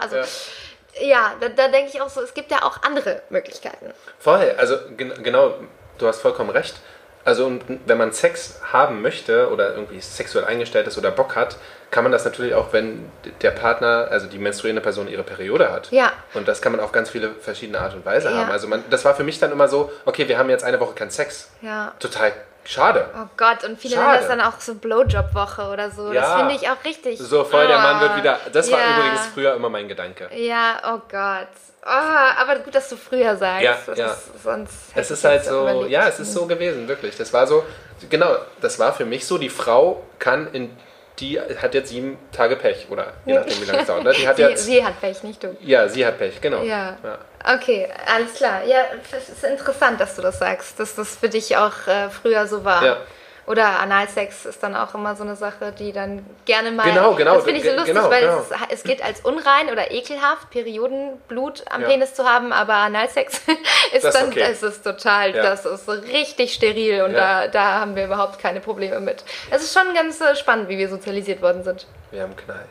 da denke ich auch so, es gibt ja auch andere Möglichkeiten. Voll, also genau, du hast vollkommen recht. Also und wenn man Sex haben möchte oder irgendwie sexuell eingestellt ist oder Bock hat, kann man das natürlich auch, wenn der Partner, also die menstruierende Person, ihre Periode hat. Ja. Und das kann man auf ganz viele verschiedene Art und Weise haben. Also das war für mich dann immer so, okay, wir haben jetzt eine Woche keinen Sex. Ja. Total schade. Oh Gott, und viele nennen das dann auch so Blowjob-Woche oder so. Ja. Das finde ich auch richtig. So voll, der Mann wird wieder, das war übrigens früher immer mein Gedanke. Ja, oh Gott. Oh, aber gut, dass du früher sagst. Ja. Sonst es ist halt so, überlegt. Es ist so gewesen, wirklich. Das war so, genau, das war für mich so, die Frau die hat jetzt 7 Tage Pech, oder je nachdem, wie lange es dauert. Ne? Sie hat Pech, nicht du. Ja, sie hat Pech, genau. Ja. Okay, alles klar. Ja, es ist interessant, dass du das sagst, dass das für dich auch früher so war. Ja. Oder Analsex ist dann auch immer so eine Sache, die dann gerne mal... Genau. Das finde ich so lustig, weil es geht als unrein oder ekelhaft, Periodenblut am Penis zu haben, aber Analsex ist dann... Okay. Das ist total... Das ist richtig steril und da haben wir überhaupt keine Probleme mit. Es ist schon ganz spannend, wie wir sozialisiert worden sind. Wir haben Knall.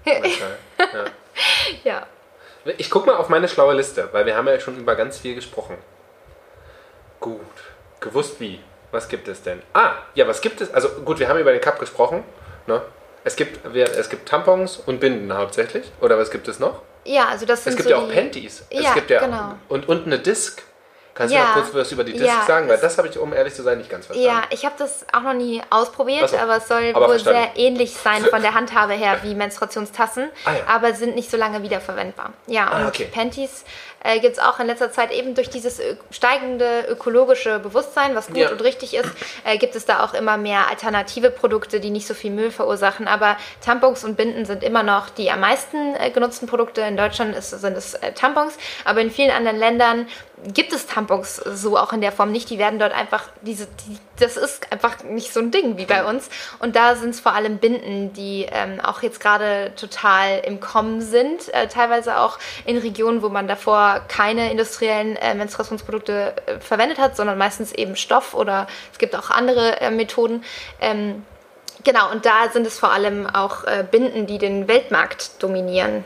Ja. Ich gucke mal auf meine schlaue Liste, weil wir haben ja schon über ganz viel gesprochen. Gut. Gewusst wie. Was gibt es denn? Was gibt es? Also gut, wir haben über den Cup gesprochen. Ne? Es gibt Tampons und Binden hauptsächlich. Oder was gibt es noch? Ja, also das sind es gibt ja auch Panties. Ja, genau. Und eine Disc. Kannst du noch kurz was über die Disc sagen? Weil das habe ich, um ehrlich zu sein, nicht ganz verstanden. Ja, ich habe das auch noch nie ausprobiert, aber es soll wohl sehr ähnlich sein von der Handhabe her wie Menstruationstassen, aber sind nicht so lange wiederverwendbar. Ja, und Panties gibt es auch in letzter Zeit eben durch dieses steigende ökologische Bewusstsein, was gut und richtig ist, gibt es da auch immer mehr alternative Produkte, die nicht so viel Müll verursachen. Aber Tampons und Binden sind immer noch die am meisten genutzten Produkte. In Deutschland sind es Tampons, aber in vielen anderen Ländern gibt es Tampons so auch in der Form nicht. Die werden dort einfach, das ist einfach nicht so ein Ding wie bei uns. Und da sind es vor allem Binden, die auch jetzt gerade total im Kommen sind. Teilweise auch in Regionen, wo man davor keine industriellen Menstruationsprodukte verwendet hat, sondern meistens eben Stoff oder es gibt auch andere Methoden. Genau, und da sind es vor allem auch Binden, die den Weltmarkt dominieren.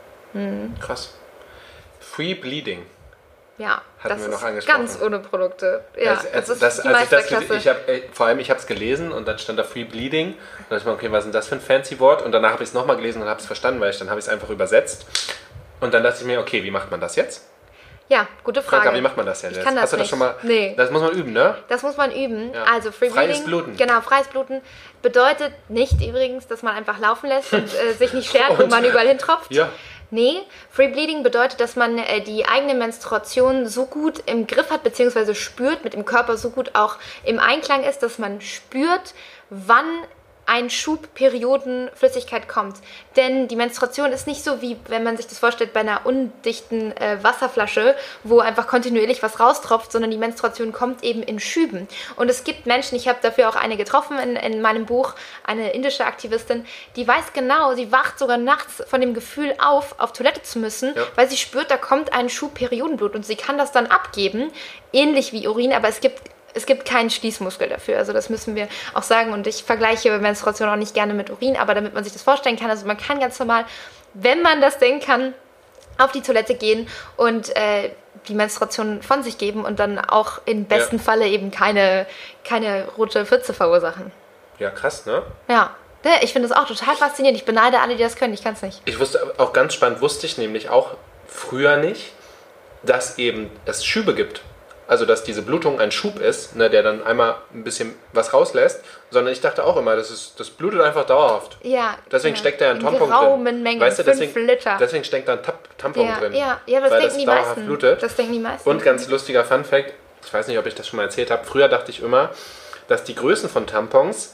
Krass. Free Bleeding. Ja, hatten das wir noch ist angesprochen. ganz ohne Produkte. Ja, das ist die Meisterklasse. Meisterklasse. Ich habe es gelesen und dann stand da Free Bleeding. Und dann dachte ich mir, okay, was ist denn das für ein fancy Wort? Und danach habe ich es nochmal gelesen und habe es verstanden, weil dann habe ich es einfach übersetzt. Und dann dachte ich mir, okay, wie macht man das jetzt? Ja, gute Frage. Franka, wie macht man das jetzt? Ich kann das Hast du das nicht. schon mal? Nee. Das muss man üben, ne? Das muss man üben. Ja. Also Free Freies Bleeding. Bluten. Genau, freies Bluten bedeutet nicht übrigens, dass man einfach laufen lässt und sich nicht schert, wo man überall hintropft. Ja. Nee, Free Bleeding bedeutet, dass man die eigene Menstruation so gut im Griff hat, beziehungsweise spürt, mit dem Körper so gut auch im Einklang ist, dass man spürt, wann ein Schub Periodenflüssigkeit kommt. Denn die Menstruation ist nicht so, wie wenn man sich das vorstellt bei einer undichten Wasserflasche, wo einfach kontinuierlich was raustropft, sondern die Menstruation kommt eben in Schüben. Und es gibt Menschen, ich habe dafür auch eine getroffen in meinem Buch, eine indische Aktivistin, die weiß genau, sie wacht sogar nachts von dem Gefühl auf Toilette zu müssen, weil sie spürt, da kommt ein Schub Periodenblut und sie kann das dann abgeben, ähnlich wie Urin, aber es gibt keinen Schließmuskel dafür, also das müssen wir auch sagen und ich vergleiche Menstruation auch nicht gerne mit Urin, aber damit man sich das vorstellen kann, also man kann ganz normal, wenn man das denn kann, auf die Toilette gehen und die Menstruation von sich geben und dann auch im besten Falle eben keine rote Pfütze verursachen. Ja, krass, ne? Ja, ich finde das auch total faszinierend, ich beneide alle, die das können, ich kann es nicht. Ich wusste, auch ganz spannend, wusste ich nämlich auch früher nicht, dass eben es Schübe gibt. Also, dass diese Blutung ein Schub ist, ne, der dann einmal ein bisschen was rauslässt, sondern ich dachte auch immer, das blutet einfach dauerhaft. Ja. Deswegen steckt da ein Tampon drin. Geraumen Mengen, weißt du, 5 Liter. Deswegen steckt da ein Tampon drin. Ja, aber das denken die meisten. Blutet. Das denken die meisten. Und ganz lustiger Funfact, ich weiß nicht, ob ich das schon mal erzählt habe, früher dachte ich immer, dass die Größen von Tampons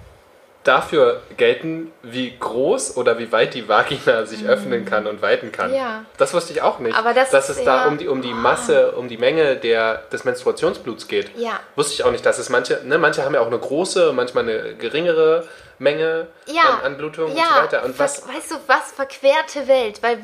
dafür gelten, wie groß oder wie weit die Vagina sich öffnen kann und weiten kann. Ja. Das wusste ich auch nicht. Aber dass es da um die Masse, um die Menge des Menstruationsbluts geht. Ja. Wusste ich auch nicht, dass es manche haben ja auch eine große, manchmal eine geringere Menge an Blutung und so weiter. Und weißt du was, verquerte Welt, weil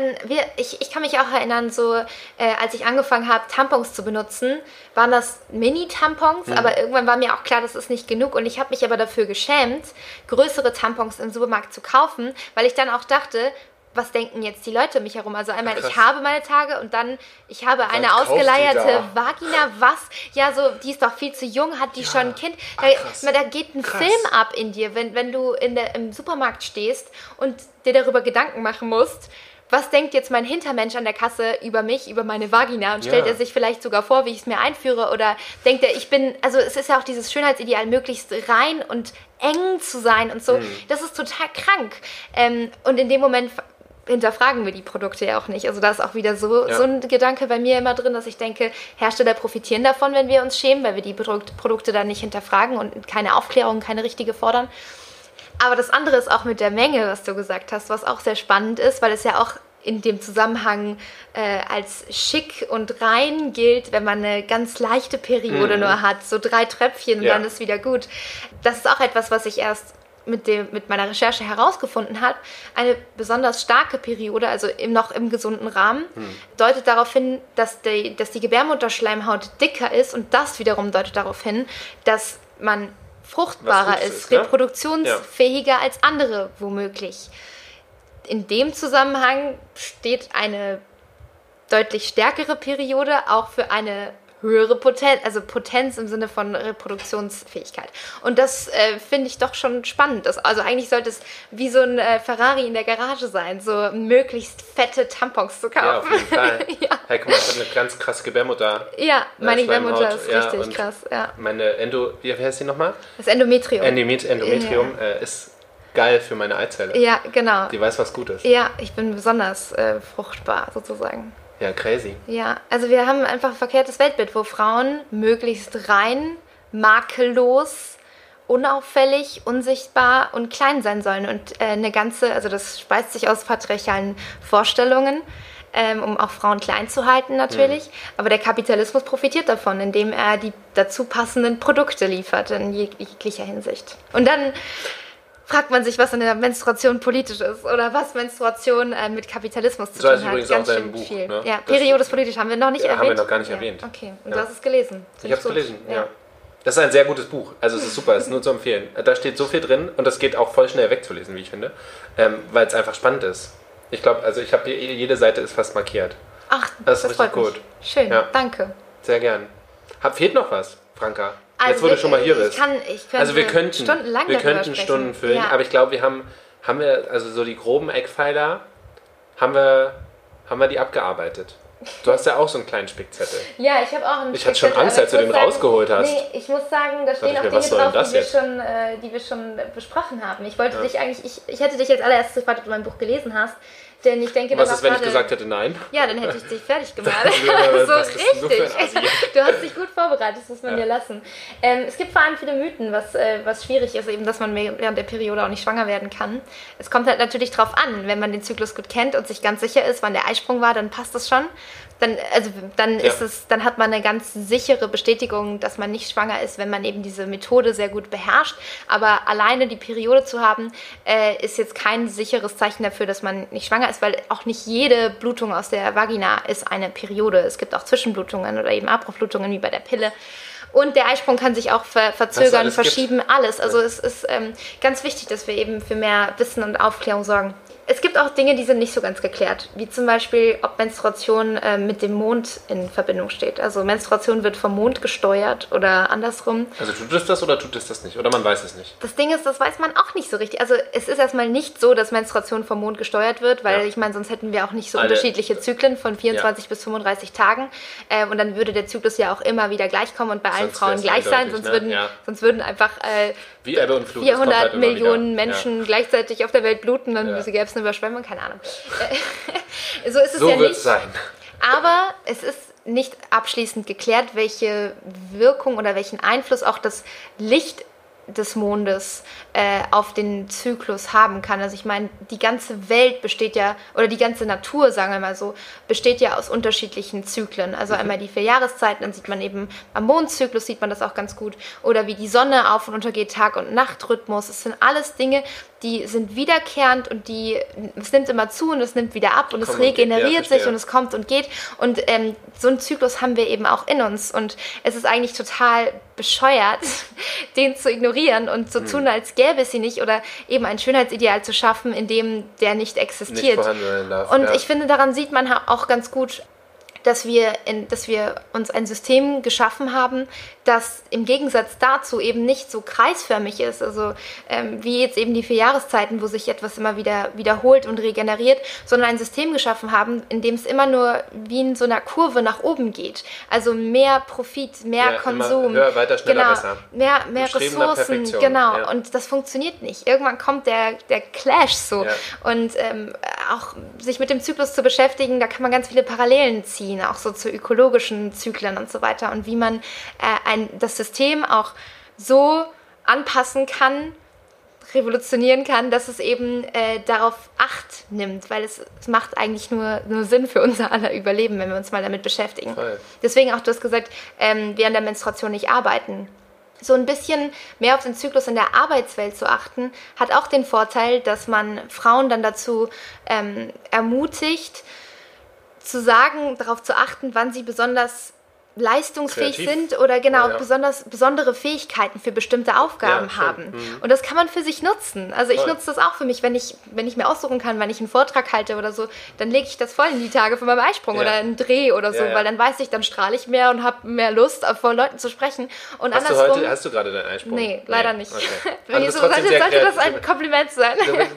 ich kann mich auch erinnern, so als ich angefangen habe, Tampons zu benutzen, waren das Mini-Tampons, aber irgendwann war mir auch klar, das ist nicht genug und ich habe mich aber dafür geschämt, größere Tampons im Supermarkt zu kaufen, weil ich dann auch dachte, was denken jetzt die Leute um mich herum? Also einmal, ich habe meine Tage und dann, ich habe eine ausgeleierte Vagina, was? Ja, so, die ist doch viel zu jung, hat die schon ein Kind? Da geht ein Film ab in dir, wenn du im Supermarkt stehst und dir darüber Gedanken machen musst, was denkt jetzt mein Hintermensch an der Kasse über mich, über meine Vagina und stellt er sich vielleicht sogar vor, wie ich es mir einführe oder denkt er, also es ist ja auch dieses Schönheitsideal, möglichst rein und eng zu sein und so, das ist total krank. Und in dem Moment hinterfragen wir die Produkte ja auch nicht. Also da ist auch wieder so ein Gedanke bei mir immer drin, dass ich denke, Hersteller profitieren davon, wenn wir uns schämen, weil wir die Produkte dann nicht hinterfragen und keine Aufklärung, keine richtige fordern. Aber das andere ist auch mit der Menge, was du gesagt hast, was auch sehr spannend ist, weil es ja auch in dem Zusammenhang als schick und rein gilt, wenn man eine ganz leichte Periode nur hat, so 3 Tröpfchen und dann ist wieder gut. Das ist auch etwas, was ich erst mit meiner Recherche herausgefunden habe. Eine besonders starke Periode, also noch im gesunden Rahmen, deutet darauf hin, dass die Gebärmutterschleimhaut dicker ist und das wiederum deutet darauf hin, dass man fruchtbarer ist, reproduktionsfähiger als andere womöglich. In dem Zusammenhang steht eine deutlich stärkere Periode auch für eine höhere Potenz, also Potenz im Sinne von Reproduktionsfähigkeit. Und das finde ich doch schon spannend. Also eigentlich sollte es wie so ein Ferrari in der Garage sein, so möglichst fette Tampons zu kaufen. Ja, auf jeden Fall. Hey, guck mal, ich habe eine ganz krasse Gebärmutter. Ja, meine Gebärmutter ist richtig krass. Ja. Meine wie heißt die nochmal? Das Endometrium. Endometrium ist geil für meine Eizelle. Ja, genau. Die weiß, was gut ist. Ja, ich bin besonders fruchtbar sozusagen. Ja, crazy. Ja, also wir haben einfach ein verkehrtes Weltbild, wo Frauen möglichst rein, makellos, unauffällig, unsichtbar und klein sein sollen. Und also das speist sich aus patriarchalen Vorstellungen, um auch Frauen klein zu halten natürlich. Aber der Kapitalismus profitiert davon, indem er die dazu passenden Produkte liefert in jeglicher Hinsicht. Und dann fragt man sich, was in der Menstruation politisch ist oder was Menstruation mit Kapitalismus zu tun hat. Übrigens ganz auch schön dein Buch, viel. ne? Ja, Periode ist politisch, haben wir noch nicht erwähnt. Haben wir noch gar nicht erwähnt. Okay, und du hast es gelesen. Ich habe es gelesen, ja. Das ist ein sehr gutes Buch. Also es ist super, es ist nur zu empfehlen. Da steht so viel drin und das geht auch voll schnell wegzulesen, wie ich finde, weil es einfach spannend ist. Ich glaube, also ich habe jede Seite ist fast markiert. Ach, das ist freut richtig mich. Gut. Schön, ja. Danke. Sehr gern. Fehlt noch was, Franka? Also jetzt, wo du schon mal hier bist. Wir könnten Stunden füllen, aber ich glaube, wir haben wir, also so die groben Eckpfeiler, haben wir die abgearbeitet. Du hast ja auch so einen kleinen Spickzettel. Ja, ich habe auch einen Ich hatte schon Angst, als du den rausgeholt hast. Nee, ich muss sagen, da stehen auch Dinge drauf, die wir schon besprochen haben. Ich wollte dich eigentlich, ich hätte dich jetzt allererst gefragt, ob du mein Buch gelesen hast. Denn ich denke, was ist, wenn ich gesagt hätte, nein? Ja, dann hätte ich dich fertig gemacht. So richtig. Du hast dich gut vorbereitet, das muss man dir lassen. Es gibt vor allem viele Mythen, was schwierig ist, eben, dass man während der Periode auch nicht schwanger werden kann. Es kommt halt natürlich drauf an, wenn man den Zyklus gut kennt und sich ganz sicher ist, wann der Eisprung war, dann passt das schon. Dann hat man eine ganz sichere Bestätigung, dass man nicht schwanger ist, wenn man eben diese Methode sehr gut beherrscht. Aber alleine die Periode zu haben, ist jetzt kein sicheres Zeichen dafür, dass man nicht schwanger ist, weil auch nicht jede Blutung aus der Vagina ist eine Periode. Es gibt auch Zwischenblutungen oder eben Abbruchblutungen wie bei der Pille. Und der Eisprung kann sich auch verzögern, verschieben, alles. Also es ist ganz wichtig, dass wir eben für mehr Wissen und Aufklärung sorgen. Es gibt auch Dinge, die sind nicht so ganz geklärt, wie zum Beispiel, ob Menstruation mit dem Mond in Verbindung steht. Also Menstruation wird vom Mond gesteuert oder andersrum. Also tut es das oder tut es das nicht? Oder man weiß es nicht? Das Ding ist, das weiß man auch nicht so richtig. Also es ist erstmal nicht so, dass Menstruation vom Mond gesteuert wird, weil ich meine, sonst hätten wir auch nicht so unterschiedliche Zyklen von 24 bis 35 Tagen. Und dann würde der Zyklus ja auch immer wieder gleich kommen und bei allen Frauen gleich sein. Sonst würden einfach wie Ebbe und Flut, 400 halt Millionen Menschen gleichzeitig auf der Welt bluten, dann gäbe es eine Überschwemmung, keine Ahnung. So ist es ja nicht. So wird es sein. Aber es ist nicht abschließend geklärt, welche Wirkung oder welchen Einfluss auch das Licht des Mondes auf den Zyklus haben kann. Also ich meine, die ganze Welt besteht ja, oder die ganze Natur, sagen wir mal so, besteht ja aus unterschiedlichen Zyklen. Also einmal die 4 Jahreszeiten, dann sieht man eben am Mondzyklus, sieht man das auch ganz gut. Oder wie die Sonne auf und untergeht, Tag- und Nachtrhythmus. Das sind alles Dinge, die sind wiederkehrend und es nimmt immer zu und es nimmt wieder ab und es regeneriert sich und es kommt und geht. Und so einen Zyklus haben wir eben auch in uns. Und es ist eigentlich total bescheuert, den zu ignorieren und zu tun, als gäbe es sie nicht oder eben ein Schönheitsideal zu schaffen, in dem der nicht existiert. Nicht vorhanden sein darf, und ich finde, daran sieht man auch ganz gut, dass wir uns ein System geschaffen haben, das im Gegensatz dazu eben nicht so kreisförmig ist, also wie jetzt eben die 4 Jahreszeiten, wo sich etwas immer wieder wiederholt und regeneriert, sondern ein System geschaffen haben, in dem es immer nur wie in so einer Kurve nach oben geht. Also mehr Profit, mehr Konsum. Höher, weiter, schneller, besser. Mehr Ressourcen, genau. Ja. Und das funktioniert nicht. Irgendwann kommt der Clash so. Ja. Und auch sich mit dem Zyklus zu beschäftigen, da kann man ganz viele Parallelen ziehen, auch so zu ökologischen Zyklen und so weiter und wie man das System auch so anpassen kann, revolutionieren kann, dass es eben darauf Acht nimmt, weil es macht eigentlich nur Sinn für unser aller Überleben, wenn wir uns mal damit beschäftigen. Voll. Deswegen auch, du hast gesagt, während der Menstruation nicht arbeiten. So ein bisschen mehr auf den Zyklus in der Arbeitswelt zu achten, hat auch den Vorteil, dass man Frauen dann dazu ermutigt, zu sagen, darauf zu achten, wann sie besonders leistungsfähig sind oder besondere Fähigkeiten für bestimmte Aufgaben haben. Und das kann man für sich nutzen. Also ich nutze das auch für mich, wenn ich mir aussuchen kann, wenn ich einen Vortrag halte oder so, dann lege ich das voll in die Tage von meinem Eisprung oder einen Dreh oder so, weil dann weiß ich, dann strahle ich mehr und habe mehr Lust, vor Leuten zu sprechen. Und hast du gerade deinen Eisprung? Nee, leider nicht. Okay. Wieso sollte das ein Kompliment sein?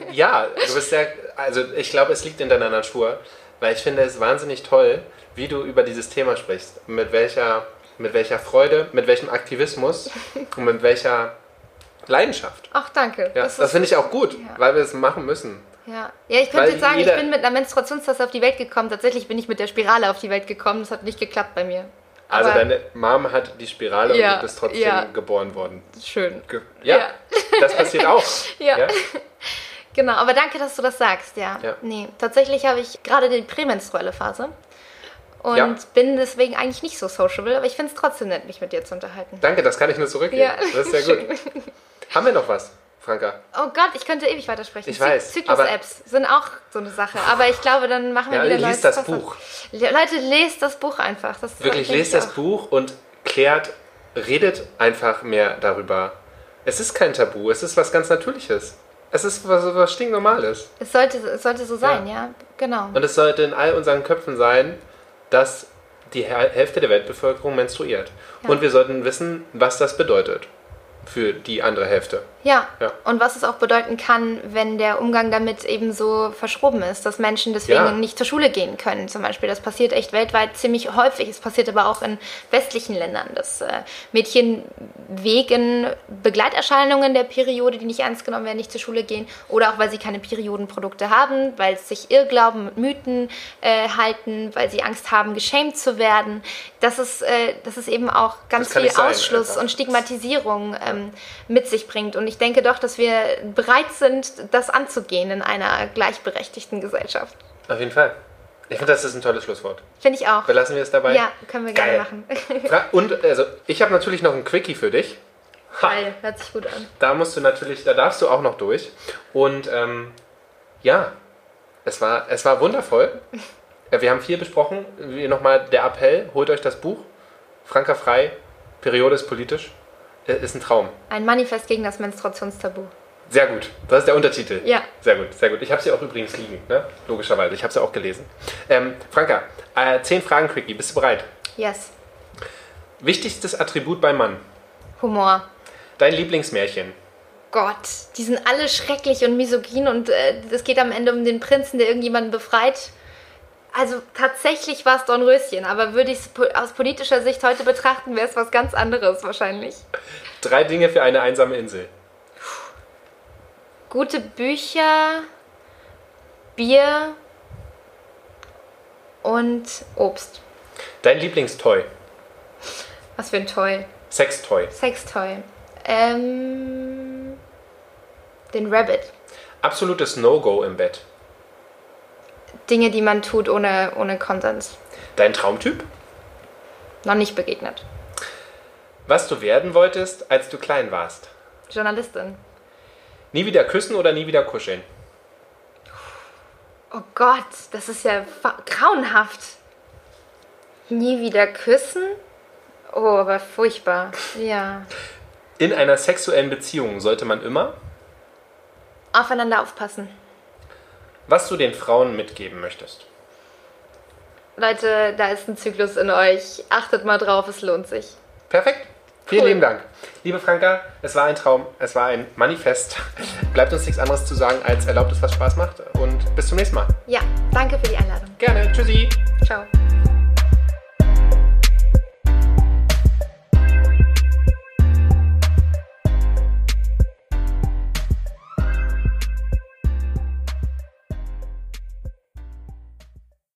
Du bist also ich glaube, es liegt in deiner Natur, weil ich finde es wahnsinnig toll, wie du über dieses Thema sprichst, mit welcher Freude, mit welchem Aktivismus und mit welcher Leidenschaft. Ach, danke. Ja, das finde ich auch gut, weil wir es machen müssen. Ja, ich könnte jetzt sagen, ich bin mit einer Menstruationstasse auf die Welt gekommen. Tatsächlich bin ich mit der Spirale auf die Welt gekommen. Das hat nicht geklappt bei mir. Also deine Mom hat die Spirale und du bist trotzdem geboren worden. Schön. Das passiert auch. Ja. Genau, aber danke, dass du das sagst, ja. Nee, tatsächlich habe ich gerade die prämenstruelle Phase und bin deswegen eigentlich nicht so sociable, aber ich finde es trotzdem nett, mich mit dir zu unterhalten. Danke, das kann ich nur zurückgeben. Ja. Das ist sehr gut. Haben wir noch was, Franka? Oh Gott, ich könnte ewig weitersprechen. Ich weiß. Zyklus-Apps sind auch so eine Sache, aber ich glaube, dann machen wir wieder neues. Lest das Buch. Leute, lest das Buch einfach. Wirklich, lest das Buch und redet einfach mehr darüber. Es ist kein Tabu, es ist was ganz Natürliches. Es ist was stinknormales. Es sollte so sein, ja, genau. Und es sollte in all unseren Köpfen sein, dass die Hälfte der Weltbevölkerung menstruiert. Ja. Und wir sollten wissen, was das bedeutet für die andere Hälfte. Ja, und was es auch bedeuten kann, wenn der Umgang damit eben so verschroben ist, dass Menschen deswegen nicht zur Schule gehen können zum Beispiel. Das passiert echt weltweit ziemlich häufig. Es passiert aber auch in westlichen Ländern, dass Mädchen wegen Begleiterscheinungen der Periode, die nicht ernst genommen werden, nicht zur Schule gehen oder auch, weil sie keine Periodenprodukte haben, weil es sich Irrglauben und Mythen halten, weil sie Angst haben, geschämt zu werden. Das ist eben auch ganz viel Ausschluss und Stigmatisierung mit sich bringt. Und ich denke doch, dass wir bereit sind, das anzugehen in einer gleichberechtigten Gesellschaft. Auf jeden Fall. Ich finde, das ist ein tolles Schlusswort. Finde ich auch. Belassen wir es dabei? Ja, können wir gerne machen. Und ich habe natürlich noch ein Quickie für dich. Geil, hört sich gut an. Da darfst du auch noch durch. Und es war wundervoll. Wir haben viel besprochen. Nochmal der Appell, holt euch das Buch. Franka Frei, Periode ist politisch. Ist ein Traum. Ein Manifest gegen das Menstruationstabu. Sehr gut. Das ist der Untertitel. Ja. Sehr gut, sehr gut. Ich habe sie auch übrigens liegen, ne? Logischerweise. Ich habe sie auch gelesen. Franka, 10 Fragen, Quickie. Bist du bereit? Yes. Wichtigstes Attribut beim Mann? Humor. Dein Lieblingsmärchen? Gott, die sind alle schrecklich und misogyn und es geht am Ende um den Prinzen, der irgendjemanden befreit. Also tatsächlich war es Dornröschen, aber würde ich es aus politischer Sicht heute betrachten, wäre es was ganz anderes wahrscheinlich. 3 Dinge für eine einsame Insel. Gute Bücher, Bier und Obst. Dein Lieblingstoy? Was für ein Toy? Sextoy. Sextoy. Den Rabbit. Absolutes No-Go im Bett. Dinge, die man tut ohne Konsens. Dein Traumtyp? Noch nicht begegnet. Was du werden wolltest, als du klein warst? Journalistin. Nie wieder küssen oder nie wieder kuscheln? Oh Gott, das ist ja grauenhaft. Nie wieder küssen? Oh, aber furchtbar. Ja. In einer sexuellen Beziehung sollte man immer? Aufeinander aufpassen. Was du den Frauen mitgeben möchtest? Leute, da ist ein Zyklus in euch. Achtet mal drauf, es lohnt sich. Perfekt. Vielen lieben Dank. Liebe Franka, es war ein Traum, es war ein Manifest. Bleibt uns nichts anderes zu sagen, als erlaubt es, was Spaß macht. Und bis zum nächsten Mal. Ja, danke für die Einladung. Gerne. Tschüssi. Ciao.